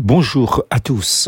Bonjour à tous.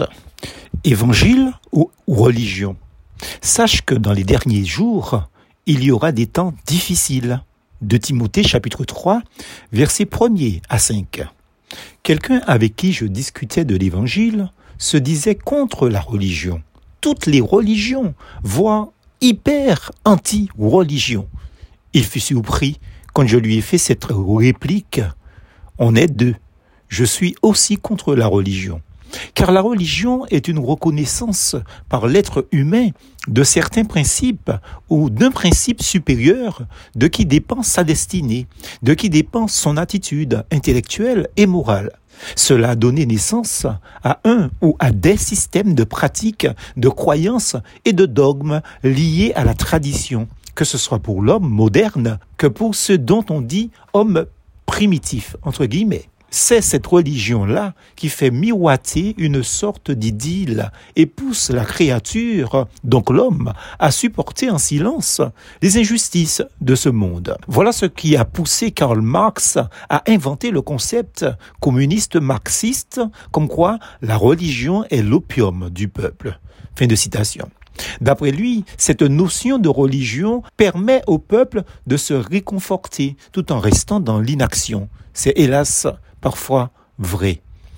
Évangile ou religion? Sache que dans les derniers jours, il y aura des temps difficiles. De Timothée chapitre 3, versets 1er à 5. Quelqu'un avec qui je discutais de l'évangile se disait contre la religion. Toutes les religions, voire hyper anti-religion. Il fut surpris quand je lui ai fait cette réplique. On est deux. Je suis aussi contre la religion. Car la religion est une reconnaissance par l'être humain de certains principes ou d'un principe supérieur de qui dépend sa destinée, de qui dépend son attitude intellectuelle et morale. Cela a donné naissance à un ou à des systèmes de pratiques, de croyances et de dogmes liés à la tradition, que ce soit pour l'homme moderne que pour ceux dont on dit homme primitif, entre guillemets. C'est cette religion-là qui fait miroiter une sorte d'idylle et pousse la créature, donc l'homme, à supporter en silence les injustices de ce monde. Voilà ce qui a poussé Karl Marx à inventer le concept communiste marxiste, comme quoi la religion est l'opium du peuple. Fin de citation. D'après lui, cette notion de religion permet au peuple de se réconforter tout en restant dans l'inaction. C'est hélas parfois vrai.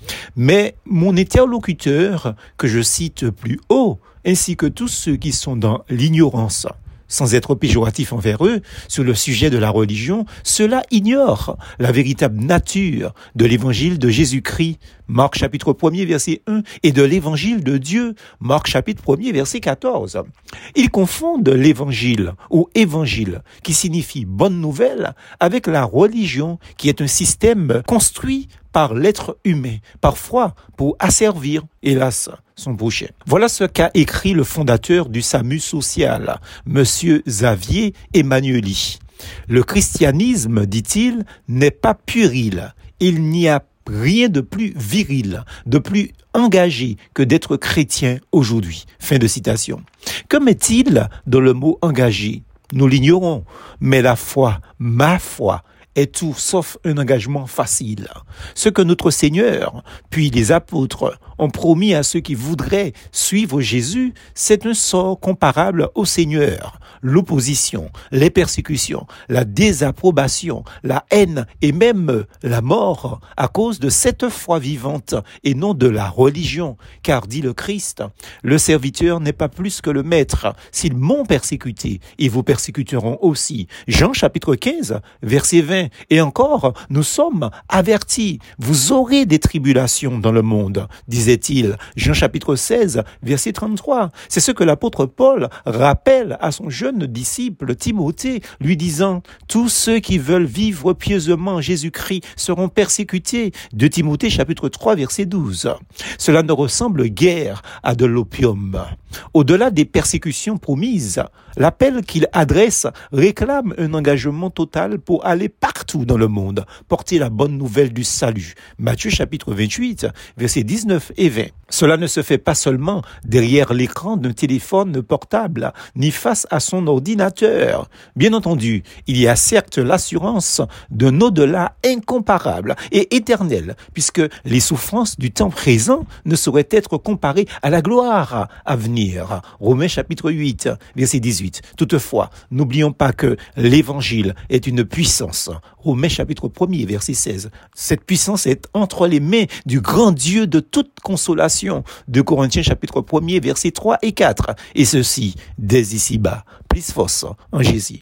Mais mon interlocuteur, que je cite plus haut, ainsi que tous ceux qui sont dans l'ignorance, sans être péjoratif envers eux, sur le sujet de la religion, ceux-là ignorent la véritable nature de l'évangile de Jésus-Christ, Marc chapitre 1er verset 1, et de l'évangile de Dieu, Marc chapitre 1er verset 14. Ils confondent l'évangile ou évangile, qui signifie bonne nouvelle, avec la religion, qui est un système construit par l'être humain, parfois pour asservir, hélas, son prochain. Voilà ce qu'a écrit le fondateur du SAMU social, Monsieur Xavier Emmanueli. Le christianisme, dit-il, n'est pas puéril. Il n'y a rien de plus viril, de plus engagé que d'être chrétien aujourd'hui. Fin de citation. Que met-il dans le mot engagé? Nous l'ignorons, mais la foi, ma foi, est tout sauf un engagement facile. Ce que notre Seigneur, puis les apôtres, ont promis à ceux qui voudraient suivre Jésus, c'est un sort comparable au Seigneur. L'opposition, les persécutions, la désapprobation, la haine et même la mort à cause de cette foi vivante et non de la religion. Car, dit le Christ, le serviteur n'est pas plus que le maître. S'ils m'ont persécuté, ils vous persécuteront aussi. Jean chapitre 15, verset 20. Et encore, nous sommes avertis. Vous aurez des tribulations dans le monde, disait-il. Jean chapitre 16, verset 33. C'est ce que l'apôtre Paul rappelle à son jeune disciple Timothée, lui disant « Tous ceux qui veulent vivre pieusement Jésus-Christ seront persécutés » de Timothée chapitre 3, verset 12. Cela ne ressemble guère à de l'opium. Au-delà des persécutions promises, l'appel qu'il adresse réclame un engagement total pour aller partout dans le monde, porter la bonne nouvelle du salut. Matthieu chapitre 28, versets 19 et 20. Cela ne se fait pas seulement derrière l'écran d'un téléphone portable, ni face à son ordinateur. Bien entendu, il y a certes l'assurance d'un au-delà incomparable et éternel, puisque les souffrances du temps présent ne sauraient être comparées à la gloire à venir. Romains chapitre 8, verset 18. Toutefois, n'oublions pas que l'évangile est une puissance. Romains chapitre 1er, verset 16. Cette puissance est entre les mains du grand Dieu de toute consolation. 2 Corinthiens chapitre 1er, verset 3 et 4. Et ceci, dès ici-bas, plus force en Jésus.